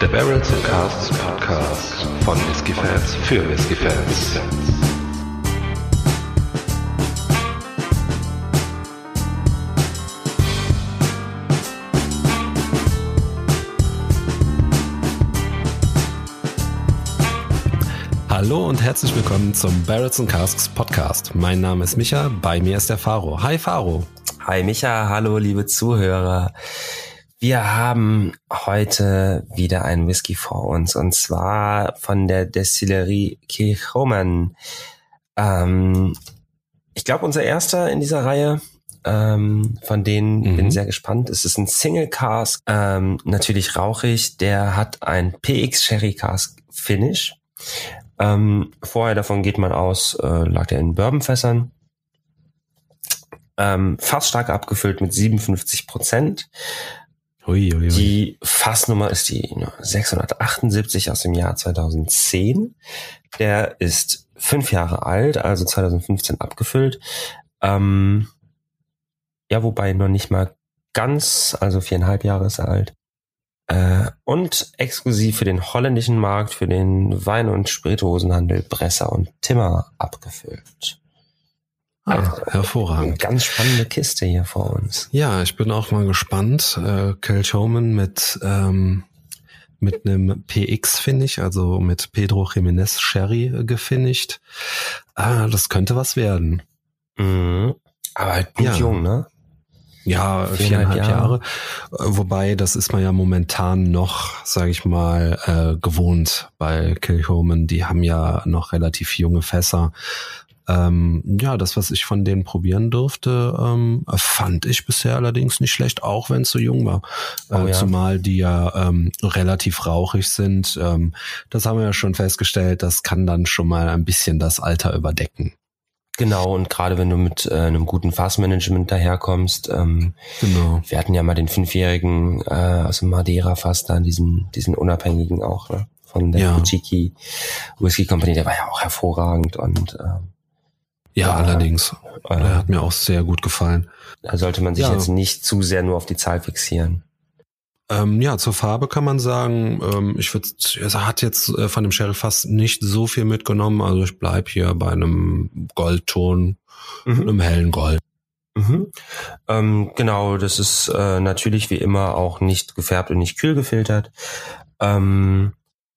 Der Barrels & Casks Podcast von Whisky-Fans für Whisky-Fans. Hallo und herzlich willkommen zum Barrels & Casks Podcast. Mein Name ist Micha, bei mir ist der Faro. Hi Faro. Hi Micha, hallo liebe Zuhörer. Wir haben heute wieder einen Whisky vor uns und zwar von der Destillerie Kilchoman. Ich glaube unser erster in dieser Reihe, von denen bin sehr gespannt. Es ist ein Single Cask, natürlich rauchig, der hat ein PX Sherry Cask Finish. Vorher davon geht man aus, lag der in Bourbonfässern. Fast stark abgefüllt mit 57%. Ui. Die Fassnummer ist die 678 aus dem Jahr 2010. Der ist 5 Jahre alt, also 2015 abgefüllt. Ja, wobei noch nicht mal ganz, also 4,5 Jahre ist er alt. Und exklusiv für den holländischen Markt, für den Wein- und Spirituosenhandel Bresser und Timmer abgefüllt. Also, hervorragend. Eine ganz spannende Kiste hier vor uns. Ja, ich bin auch mal gespannt. Kilchoman mit einem PX-Finish, also mit Pedro Jiménez Sherry gefinisht. Das könnte was werden. Mhm. Aber halt gut jung, ne? Ja, 4,5 Jahre. Wobei, das ist man ja momentan noch, sage ich mal, gewohnt bei Kilchoman. Die haben ja noch relativ junge Fässer. Ja, das, was ich von denen probieren durfte, fand ich bisher allerdings nicht schlecht, auch wenn es so jung war. Zumal die ja relativ rauchig sind. Das haben wir ja schon festgestellt, das kann dann schon mal ein bisschen das Alter überdecken. Genau, und gerade wenn du mit einem guten Fassmanagement daherkommst, genau. Wir hatten ja mal den 5-jährigen aus dem Madeira-Fass da, diesen unabhängigen auch, ne? Von der Kuchiki Whisky Company, der war ja auch hervorragend und allerdings. Der hat mir auch sehr gut gefallen. Da sollte man sich jetzt nicht zu sehr nur auf die Zahl fixieren. Zur Farbe kann man sagen, er hat jetzt von dem Sherry Fass nicht so viel mitgenommen, also ich bleib hier bei einem Goldton, einem hellen Gold. Genau, das ist natürlich wie immer auch nicht gefärbt und nicht kühl gefiltert. Und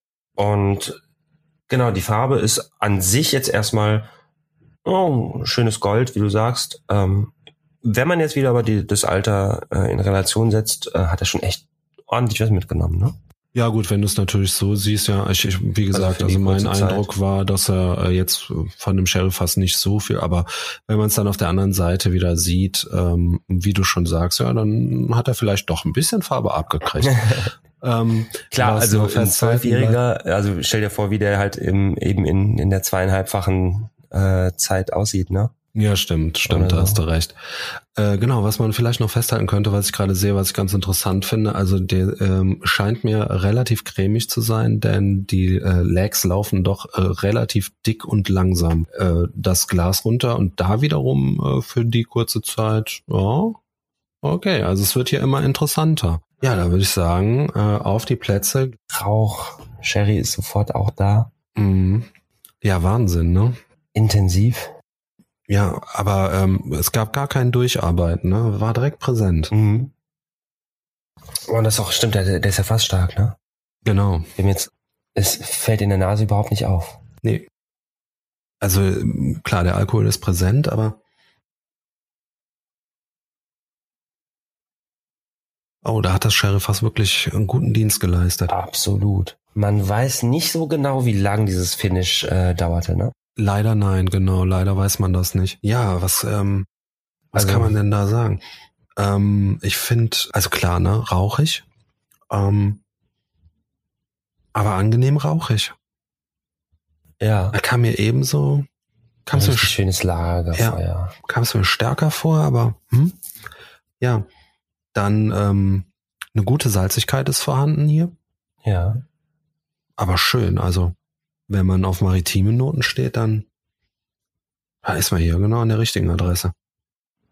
genau, die Farbe ist an sich jetzt erstmal schönes Gold, wie du sagst. Wenn man jetzt wieder aber das Alter in Relation setzt, hat er schon echt ordentlich was mitgenommen, ne? Ja gut, wenn du es natürlich so siehst, ja, ich wie gesagt, also mein Eindruck war, dass er jetzt von dem Sherry-Fass nicht so viel, aber wenn man es dann auf der anderen Seite wieder sieht, wie du schon sagst, ja, dann hat er vielleicht doch ein bisschen Farbe abgekriegt. Klar, also ein 12-Jähriger, also stell dir vor, wie der halt eben in der 2,5-fachen Zeit aussieht, ne? Ja, stimmt, da hast du recht. Genau, was man vielleicht noch festhalten könnte, was ich gerade sehe, was ich ganz interessant finde, also der scheint mir relativ cremig zu sein, denn die Legs laufen doch relativ dick und langsam das Glas runter und da wiederum für die kurze Zeit, okay, also es wird hier immer interessanter. Ja, da würde ich sagen, auf die Plätze. Rauch, Sherry ist sofort auch da. Ja, Wahnsinn, ne? Intensiv. Ja, aber es gab gar kein Durcharbeiten, ne? War direkt präsent. Und das auch stimmt, der ist ja fast stark, ne? Genau. Es fällt in der Nase überhaupt nicht auf. Nee. Also klar, der Alkohol ist präsent, aber da hat das Sherry-Fass wirklich einen guten Dienst geleistet. Absolut. Man weiß nicht so genau, wie lang dieses Finish dauerte, ne? Leider nein, genau. Leider weiß man das nicht. Ja, was kann man denn da sagen? Ich finde, also klar, ne, rauchig, aber angenehm rauchig. Ja. Er kam mir ebenso. Ein schönes Lagerfeuer. Ja, kam es mir stärker vor, aber ja. Dann eine gute Salzigkeit ist vorhanden hier. Ja. Aber schön, also wenn man auf maritime Noten steht, dann ist man hier genau an der richtigen Adresse.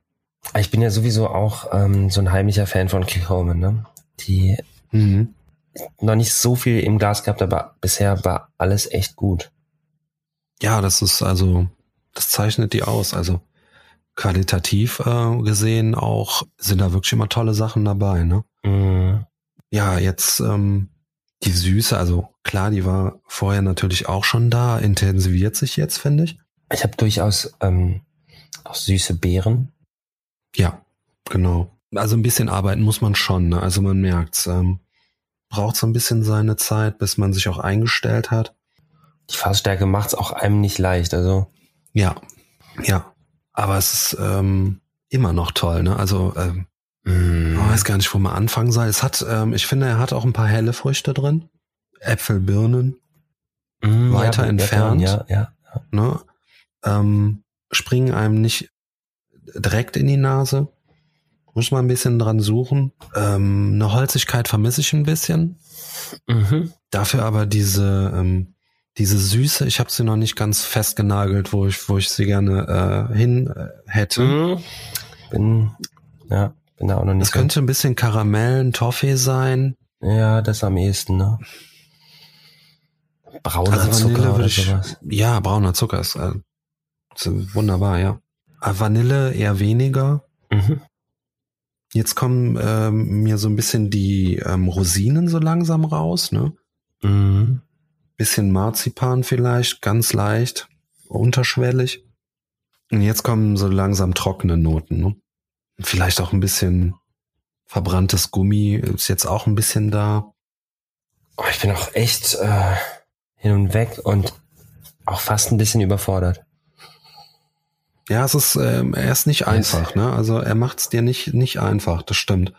Ich bin ja sowieso auch so ein heimlicher Fan von Kilchoman, ne? Die noch nicht so viel im Glas gehabt, aber bisher war alles echt gut. Ja, das zeichnet die aus. Also qualitativ gesehen auch sind da wirklich immer tolle Sachen dabei, ne? Mhm. Ja, jetzt die Süße, also klar, die war vorher natürlich auch schon da, intensiviert sich jetzt, finde ich. Ich habe durchaus auch süße Beeren. Ja, genau. Also ein bisschen arbeiten muss man schon, ne? Also man merkt's. Braucht so ein bisschen seine Zeit, bis man sich auch eingestellt hat. Die Fassstärke macht's auch einem nicht leicht, also. Ja. Aber es ist immer noch toll, ne? Also ich weiß gar nicht, wo man anfangen soll. Es hat, ich finde, er hat auch ein paar helle Früchte drin. Äpfel, Birnen. Weiter entfernt. Ja. Ne? Springen einem nicht direkt in die Nase. Muss man ein bisschen dran suchen. Eine Holzigkeit vermisse ich ein bisschen. Mhm. Dafür aber diese Süße, ich habe sie noch nicht ganz festgenagelt, wo ich sie gerne hin hätte. Bin da auch noch nicht. Es könnte ein bisschen Karamell, ein Toffee sein. Ja, das am ehesten, ne? Brauner also Zucker Vanille oder sowas. Ja, brauner Zucker ist wunderbar, ja. Aber Vanille eher weniger. Mhm. Jetzt kommen mir so ein bisschen die Rosinen so langsam raus, ne? Mhm. Bisschen Marzipan vielleicht, ganz leicht, unterschwellig. Und jetzt kommen so langsam trockene Noten, ne? Vielleicht auch ein bisschen verbranntes Gummi ist jetzt auch ein bisschen da. Oh, ich bin auch echt hin und weg und auch fast ein bisschen überfordert. Ja, es ist, er ist nicht einfach, ne? Also er macht es dir nicht einfach, das stimmt.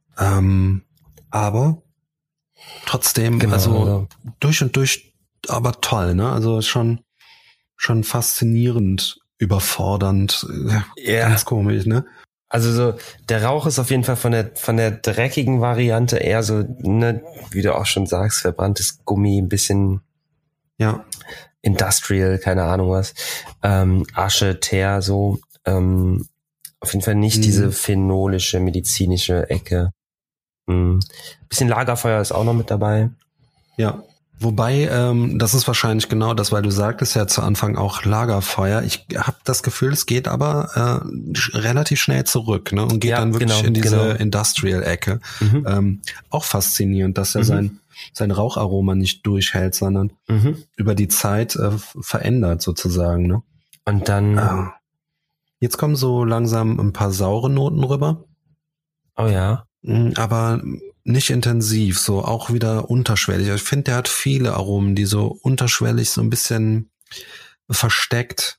Aber trotzdem, Genau, also durch und durch, aber toll, ne? Also schon faszinierend, überfordernd, ganz komisch, ne? Also so, der Rauch ist auf jeden Fall von der dreckigen Variante eher so, ne, wie du auch schon sagst, verbranntes Gummi, ein bisschen Industrial, keine Ahnung was, Asche, Teer, so, auf jeden Fall nicht diese phenolische, medizinische Ecke. Bisschen Lagerfeuer ist auch noch mit dabei. Ja. Wobei, das ist wahrscheinlich genau das, weil du sagtest ja zu Anfang auch Lagerfeuer. Ich habe das Gefühl, es geht aber relativ schnell zurück, ne? Und geht dann wirklich in diese Industrial-Ecke. Auch faszinierend, dass er sein Raucharoma nicht durchhält, sondern über die Zeit verändert sozusagen, ne? Und dann jetzt kommen so langsam ein paar saure Noten rüber. Oh ja. Aber nicht intensiv, so auch wieder unterschwellig. Ich finde, der hat viele Aromen, die so unterschwellig, so ein bisschen versteckt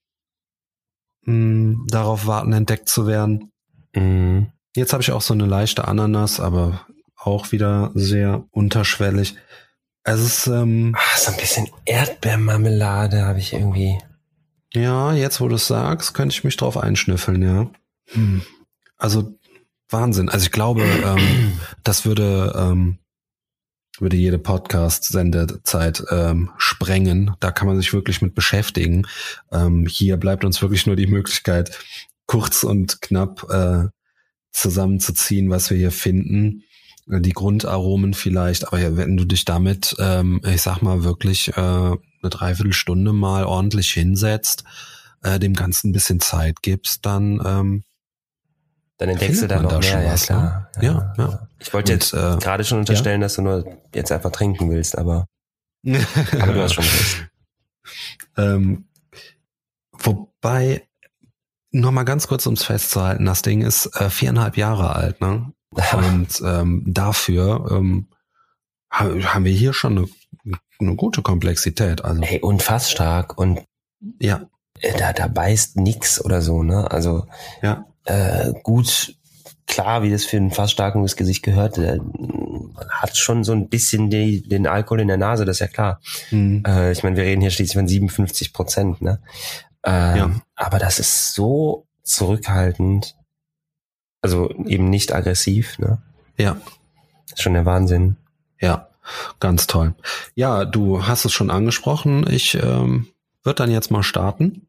darauf warten, entdeckt zu werden. Jetzt habe ich auch so eine leichte Ananas, aber auch wieder sehr unterschwellig. Es ist so ein bisschen Erdbeermarmelade habe ich irgendwie. Ja, jetzt wo du es sagst, könnte ich mich drauf einschnüffeln, ja. Also Wahnsinn. Also ich glaube, das würde jede Podcast-Sendezeit sprengen. Da kann man sich wirklich mit beschäftigen. Hier bleibt uns wirklich nur die Möglichkeit, kurz und knapp zusammenzuziehen, was wir hier finden. Die Grundaromen vielleicht, aber wenn du dich damit, ich sag mal, wirklich eine Dreiviertelstunde mal ordentlich hinsetzt, dem Ganzen ein bisschen Zeit gibst, dann entdeckst du da noch mehr, ja klar. Ne? Ja. Ich wollte jetzt gerade schon unterstellen, dass du nur jetzt einfach trinken willst, aber du hast schon recht. Wobei, noch mal ganz kurz ums festzuhalten, das Ding ist 4,5 Jahre alt, ne? Und dafür haben wir hier schon eine gute Komplexität. Also. Hey, und fast stark und ja. Da beißt nix oder so, ne? Also ja. Gut, klar, wie das für einen fast starken Whisky sich gehört, man hat schon so ein bisschen den Alkohol in der Nase, das ist ja klar. Ich meine, wir reden hier schließlich von 57%, ne? Aber das ist so zurückhaltend, also eben nicht aggressiv, ne? Ja. Das ist schon der Wahnsinn. Ja, ganz toll. Ja, du hast es schon angesprochen, ich würde dann jetzt mal starten.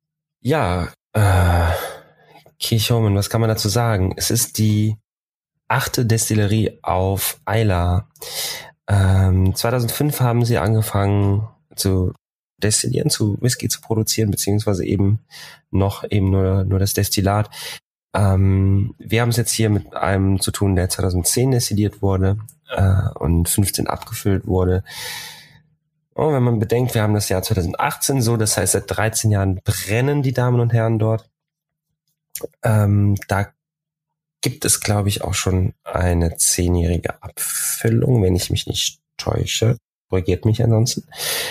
Ja, Kirchhomen, was kann man dazu sagen? Es ist die 8. Destillerie auf Islay. 2005 haben sie angefangen zu destillieren, zu Whisky zu produzieren, beziehungsweise eben nur das Destillat. Wir haben es jetzt hier mit einem zu tun, der 2010 destilliert wurde und 15 abgefüllt wurde. Und wenn man bedenkt, wir haben das Jahr 2018 so, das heißt seit 13 Jahren brennen die Damen und Herren dort. Da gibt es, glaube ich, auch schon eine 10-jährige Abfüllung, wenn ich mich nicht täusche. Korrigiert mich ansonsten.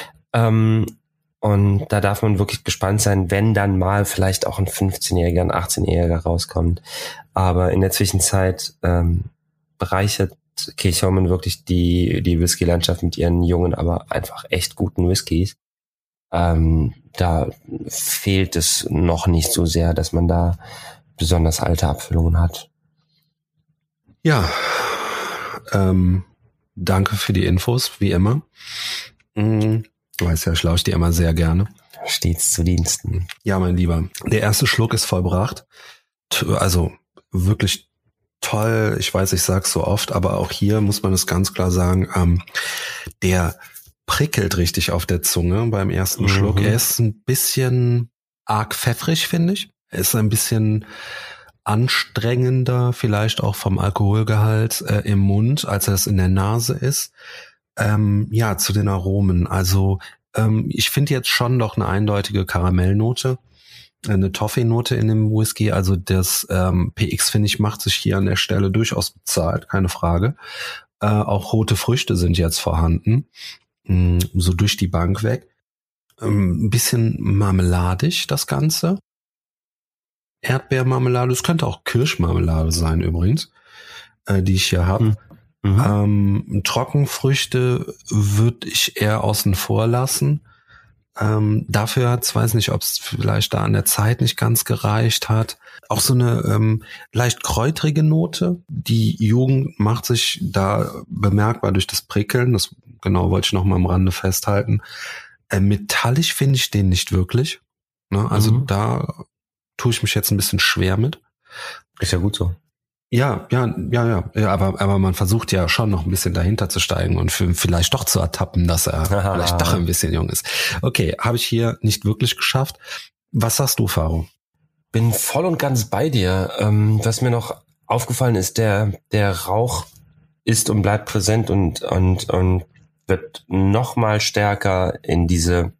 Und da darf man wirklich gespannt sein, wenn dann mal vielleicht auch ein 15-Jähriger, ein 18-Jähriger rauskommt. Aber in der Zwischenzeit bereichert Kilchoman wirklich die Whisky-Landschaft mit ihren jungen, aber einfach echt guten Whiskys. Da fehlt es noch nicht so sehr, dass man da besonders alte Abfüllungen hat. Ja, danke für die Infos, wie immer. Du weißt ja, ich lausche dir immer sehr gerne. Stets zu Diensten. Ja, mein Lieber, der erste Schluck ist vollbracht. Also wirklich toll. Ich weiß, ich sag's so oft, aber auch hier muss man es ganz klar sagen, der prickelt richtig auf der Zunge beim ersten Schluck. Er ist ein bisschen arg pfeffrig, finde ich. Er ist ein bisschen anstrengender, vielleicht auch vom Alkoholgehalt im Mund, als er es in der Nase ist. Ja, zu den Aromen. Also ich finde jetzt schon doch eine eindeutige Karamellnote, eine Toffee-Note in dem Whisky. Also das PX, finde ich, macht sich hier an der Stelle durchaus bezahlt, keine Frage. Auch rote Früchte sind jetzt vorhanden, so durch die Bank weg. Ein bisschen marmeladig das Ganze. Erdbeermarmelade, es könnte auch Kirschmarmelade sein übrigens, die ich hier habe. Trockenfrüchte würde ich eher außen vor lassen. Dafür hat's, weiß nicht, ob es vielleicht da an der Zeit nicht ganz gereicht hat. Auch so eine leicht kräutrige Note. Die Jugend macht sich da bemerkbar durch das Prickeln. Das genau wollte ich noch mal am Rande festhalten. Metallisch finde ich den nicht wirklich. Ne? Also da tue ich mich jetzt ein bisschen schwer mit. Ist ja gut so. Ja, aber man versucht ja schon noch ein bisschen dahinter zu steigen und vielleicht doch zu ertappen, dass er vielleicht doch ein bisschen jung ist. Okay, habe ich hier nicht wirklich geschafft. Was sagst du, Faro? Bin voll und ganz bei dir. Was mir noch aufgefallen ist, der Rauch ist und bleibt präsent und wird noch mal stärker in diese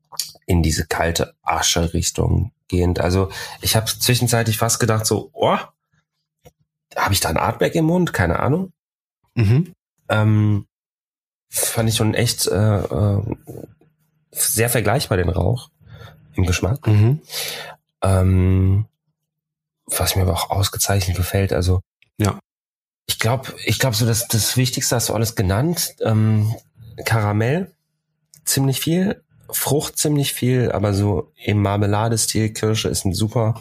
kalte Asche-Richtung gehend. Also ich habe zwischenzeitlich fast gedacht so, habe ich da ein Artback im Mund? Keine Ahnung. Fand ich schon echt sehr vergleichbar, den Rauch im Geschmack. Was mir aber auch ausgezeichnet gefällt. Also ja, ich glaube so, dass das Wichtigste hast du alles genannt. Karamell ziemlich viel, Frucht ziemlich viel, aber so im Marmeladestil Kirsche ist ein super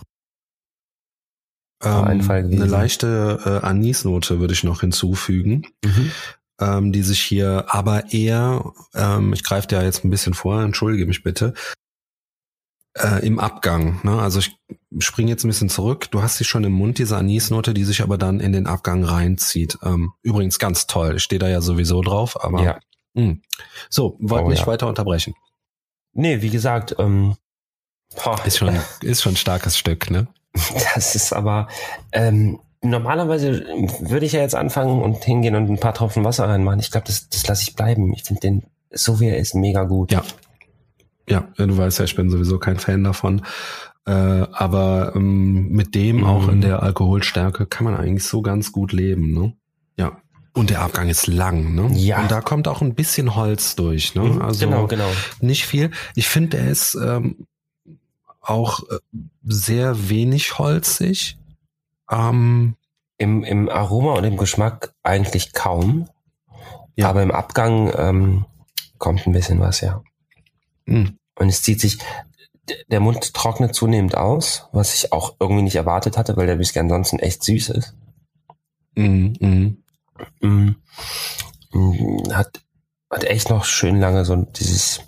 Einfall gewesen. Eine leichte Anisnote würde ich noch hinzufügen, die sich hier aber eher, ich greife dir jetzt ein bisschen vor, entschuldige mich bitte, im Abgang. Ne? Also ich springe jetzt ein bisschen zurück. Du hast sie schon im Mund, diese Anisnote, die sich aber dann in den Abgang reinzieht. Übrigens ganz toll. Ich stehe da ja sowieso drauf, aber ja. So, wollte nicht weiter unterbrechen. Nee, wie gesagt, ist schon ein starkes Stück, ne? Das ist aber, normalerweise würde ich ja jetzt anfangen und hingehen und ein paar Tropfen Wasser reinmachen. Ich glaube, das lasse ich bleiben. Ich finde den, so wie er ist, mega gut. Ja, du weißt ja, ich bin sowieso kein Fan davon. Aber mit dem auch in der Alkoholstärke kann man eigentlich so ganz gut leben, ne? Ja. Und der Abgang ist lang, ne? Ja. Und da kommt auch ein bisschen Holz durch, ne? Also genau. Nicht viel. Ich finde, er ist auch sehr wenig holzig. Im Aroma und im Geschmack eigentlich kaum. Ja. Aber im Abgang kommt ein bisschen was, ja. Und es zieht sich, der Mund trocknet zunehmend aus, was ich auch irgendwie nicht erwartet hatte, weil der Whisky ansonsten echt süß ist. Hat echt noch schön lange so dieses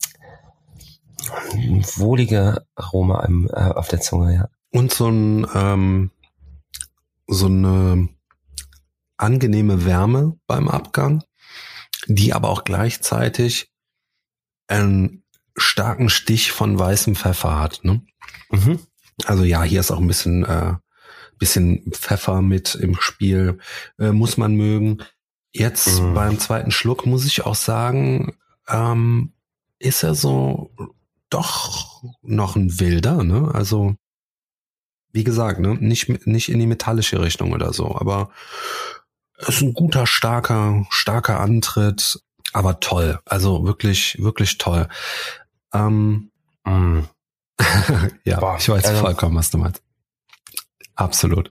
wohlige Aroma auf der Zunge, ja. Und so eine angenehme Wärme beim Abgang, die aber auch gleichzeitig einen starken Stich von weißem Pfeffer hat. Ne? Mhm. Also ja, hier ist auch ein bisschen Pfeffer mit im Spiel, muss man mögen. Jetzt beim zweiten Schluck muss ich auch sagen, ist er so doch noch ein wilder, ne? Also wie gesagt, ne, nicht in die metallische Richtung oder so, aber es ist ein guter, starker Antritt, aber toll. Also wirklich, wirklich toll. Ja, Boah, ich weiß vollkommen, was du meinst. Absolut.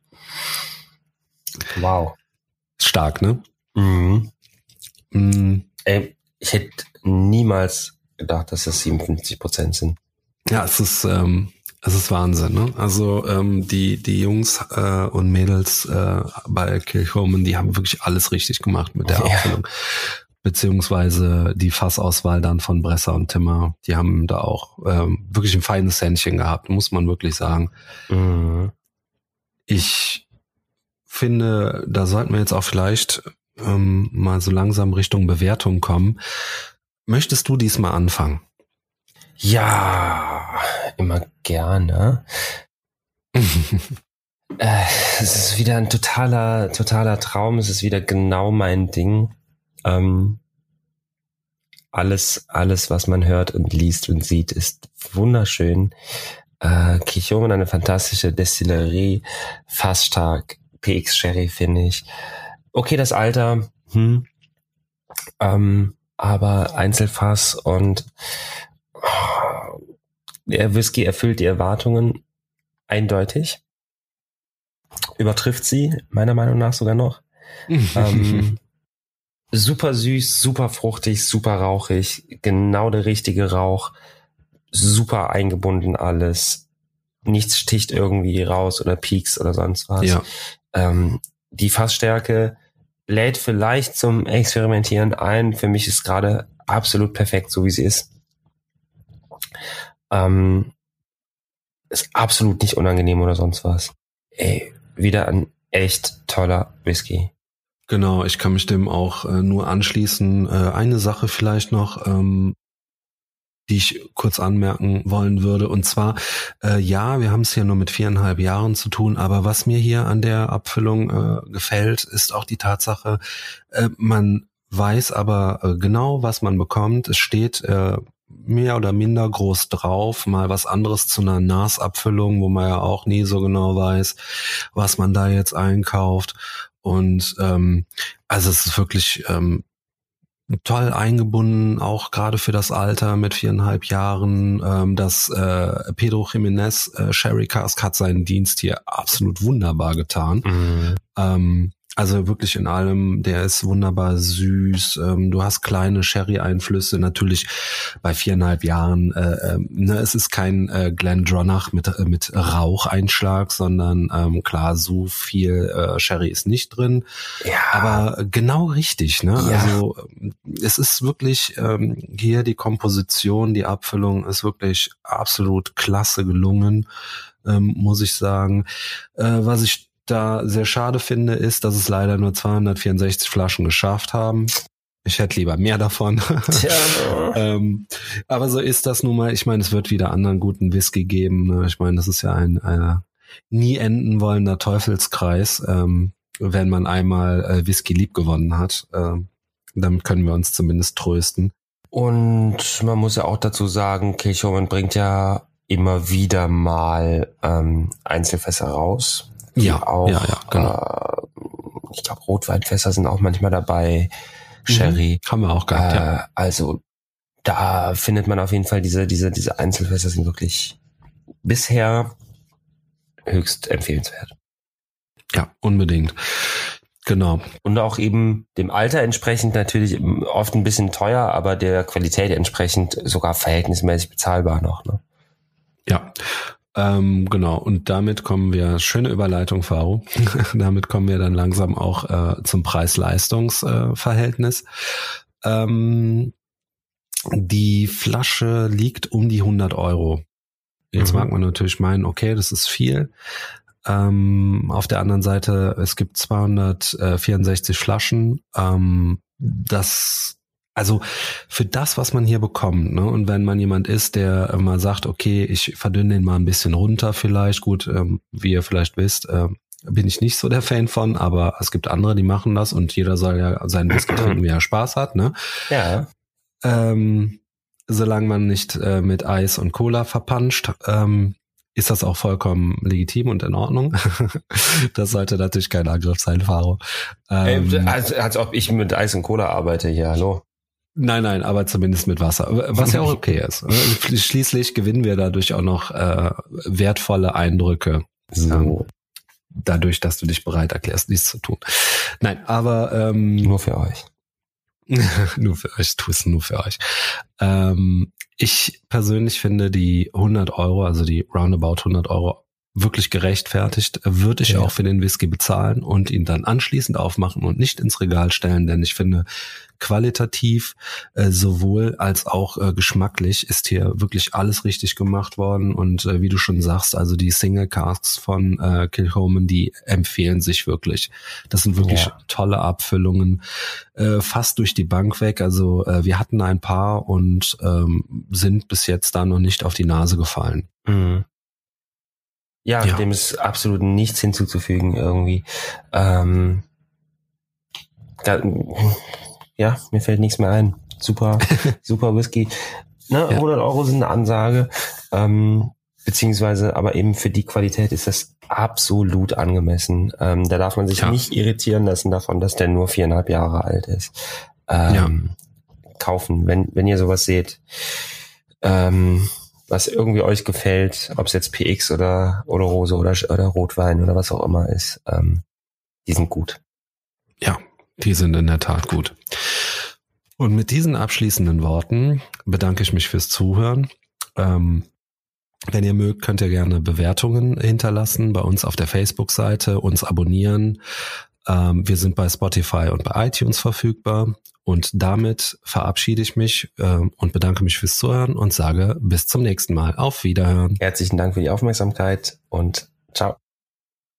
Wow. Stark, ne? Ey, ich hätte niemals gedacht, dass das 57% sind. Ja, es ist Wahnsinn, ne? Also die Jungs und Mädels bei Kilchoman, die haben wirklich alles richtig gemacht mit der Abfüllung. Beziehungsweise die Fassauswahl dann von Bresser und Timmer, die haben da auch wirklich ein feines Händchen gehabt, muss man wirklich sagen. Ich finde, da sollten wir jetzt auch vielleicht mal so langsam Richtung Bewertung kommen. Möchtest du diesmal anfangen? Ja, immer gerne. Es ist wieder ein totaler Traum. Es ist wieder genau mein Ding. Alles, was man hört und liest und sieht, ist wunderschön. Kilchoman, eine fantastische Destillerie, fassstark, PX Sherry, finde ich. Okay, das Alter, aber Einzelfass und der Whisky erfüllt die Erwartungen eindeutig. Übertrifft sie, meiner Meinung nach sogar noch. Super süß, super fruchtig, super rauchig, genau der richtige Rauch, super eingebunden alles. Nichts sticht irgendwie raus oder piekst oder sonst was. Ja. Die Fassstärke lädt vielleicht zum Experimentieren ein. Für mich ist gerade absolut perfekt, so wie sie ist. Ist absolut nicht unangenehm oder sonst was. Ey, wieder ein echt toller Whisky. Genau, ich kann mich dem auch nur anschließen. Eine Sache vielleicht noch, die ich kurz anmerken wollen würde. Und zwar, ja, wir haben es hier nur mit 4,5 Jahren zu tun, aber was mir hier an der Abfüllung gefällt, ist auch die Tatsache, man weiß aber genau, was man bekommt. Es steht mehr oder minder groß drauf, mal was anderes zu einer NAS-Abfüllung, wo man ja auch nie so genau weiß, was man da jetzt einkauft. Und also es ist wirklich toll eingebunden, auch gerade für das Alter mit 4,5 Jahren. Das Pedro Jiménez Sherry Cask hat seinen Dienst hier absolut wunderbar getan. Also wirklich in allem, der ist wunderbar süß. Du hast kleine Sherry-Einflüsse, natürlich bei 4,5 Jahren. Ne, es ist kein Glendronach mit Raucheinschlag, sondern klar, so viel Sherry ist nicht drin. Ja. Aber genau richtig, ne? Ja. Also es ist wirklich hier die Komposition, die Abfüllung ist wirklich absolut klasse gelungen, muss ich sagen. Was ich da sehr schade finde, ist, dass es leider nur 264 Flaschen geschafft haben. Ich hätte lieber mehr davon. Aber so ist das nun mal. Ich meine, es wird wieder anderen guten Whisky geben. Ne? Ich meine, das ist ja ein nie enden wollender Teufelskreis, wenn man einmal Whisky liebgewonnen hat. Damit können wir uns zumindest trösten. Und man muss ja auch dazu sagen, Kilchoman bringt ja immer wieder mal Einzelfässer raus. Ja, auch, genau. Ich glaube, Rotweinfässer sind auch manchmal dabei. Sherry. Haben wir auch gehabt, ja. Also da findet man auf jeden Fall diese Einzelfässer sind wirklich bisher höchst empfehlenswert. Ja, unbedingt. Genau. Und auch eben dem Alter entsprechend natürlich oft ein bisschen teuer, aber der Qualität entsprechend sogar verhältnismäßig bezahlbar noch. Ne? Ja. Genau, und damit kommen wir, schöne Überleitung, Faro, damit kommen wir dann langsam auch zum Preis-Leistungs-Verhältnis. Die Flasche liegt um die 100 Euro. Jetzt mag man natürlich meinen, okay, das ist viel, Auf der anderen Seite, es gibt 264 Flaschen. Also für das, was man hier bekommt, ne? Und wenn man jemand ist, der mal sagt, okay, ich verdünne den mal ein bisschen runter vielleicht, gut, wie ihr vielleicht wisst, bin ich nicht so der Fan von, aber es gibt andere, die machen das und jeder soll ja seinen Whisky trinken, wie er Spaß hat, ne? Ja. Solange man nicht mit Eis und Cola verpanscht, ist das auch vollkommen legitim und in Ordnung. Das sollte natürlich kein Angriff sein, Faro. Als ob ich mit Eis und Cola arbeite hier, hallo? Nein, aber zumindest mit Wasser, was ja auch okay ist. Schließlich gewinnen wir dadurch auch noch wertvolle Eindrücke. So. Dadurch, dass du dich bereit erklärst, dies zu tun. Nein, aber nur für euch. Nur für euch, tu es nur für euch. Ich persönlich finde die 100 €, also die roundabout 100 € wirklich gerechtfertigt, würde ich auch für den Whisky bezahlen und ihn dann anschließend aufmachen und nicht ins Regal stellen, denn ich finde, qualitativ sowohl als auch geschmacklich ist hier wirklich alles richtig gemacht worden und wie du schon sagst, also die Single Casks von Kilchoman, die empfehlen sich wirklich. Das sind wirklich tolle Abfüllungen, fast durch die Bank weg, also wir hatten ein paar und sind bis jetzt da noch nicht auf die Nase gefallen. Mhm. Ja, dem ist absolut nichts hinzuzufügen irgendwie. Ja, mir fällt nichts mehr ein. Super Whisky. Ne, 100 € sind eine Ansage, beziehungsweise aber eben für die Qualität ist das absolut angemessen. Da darf man sich nicht irritieren lassen davon, dass der nur 4,5 Jahre alt ist. Kaufen, wenn ihr sowas seht. Was irgendwie euch gefällt, ob es jetzt PX oder Rose oder Rotwein oder was auch immer ist, die sind gut. Ja, die sind in der Tat gut. Und mit diesen abschließenden Worten bedanke ich mich fürs Zuhören. Wenn ihr mögt, könnt ihr gerne Bewertungen hinterlassen bei uns auf der Facebook-Seite, uns abonnieren. Wir sind bei Spotify und bei iTunes verfügbar. Und damit verabschiede ich mich und bedanke mich fürs Zuhören und sage bis zum nächsten Mal. Auf Wiederhören. Herzlichen Dank für die Aufmerksamkeit und ciao.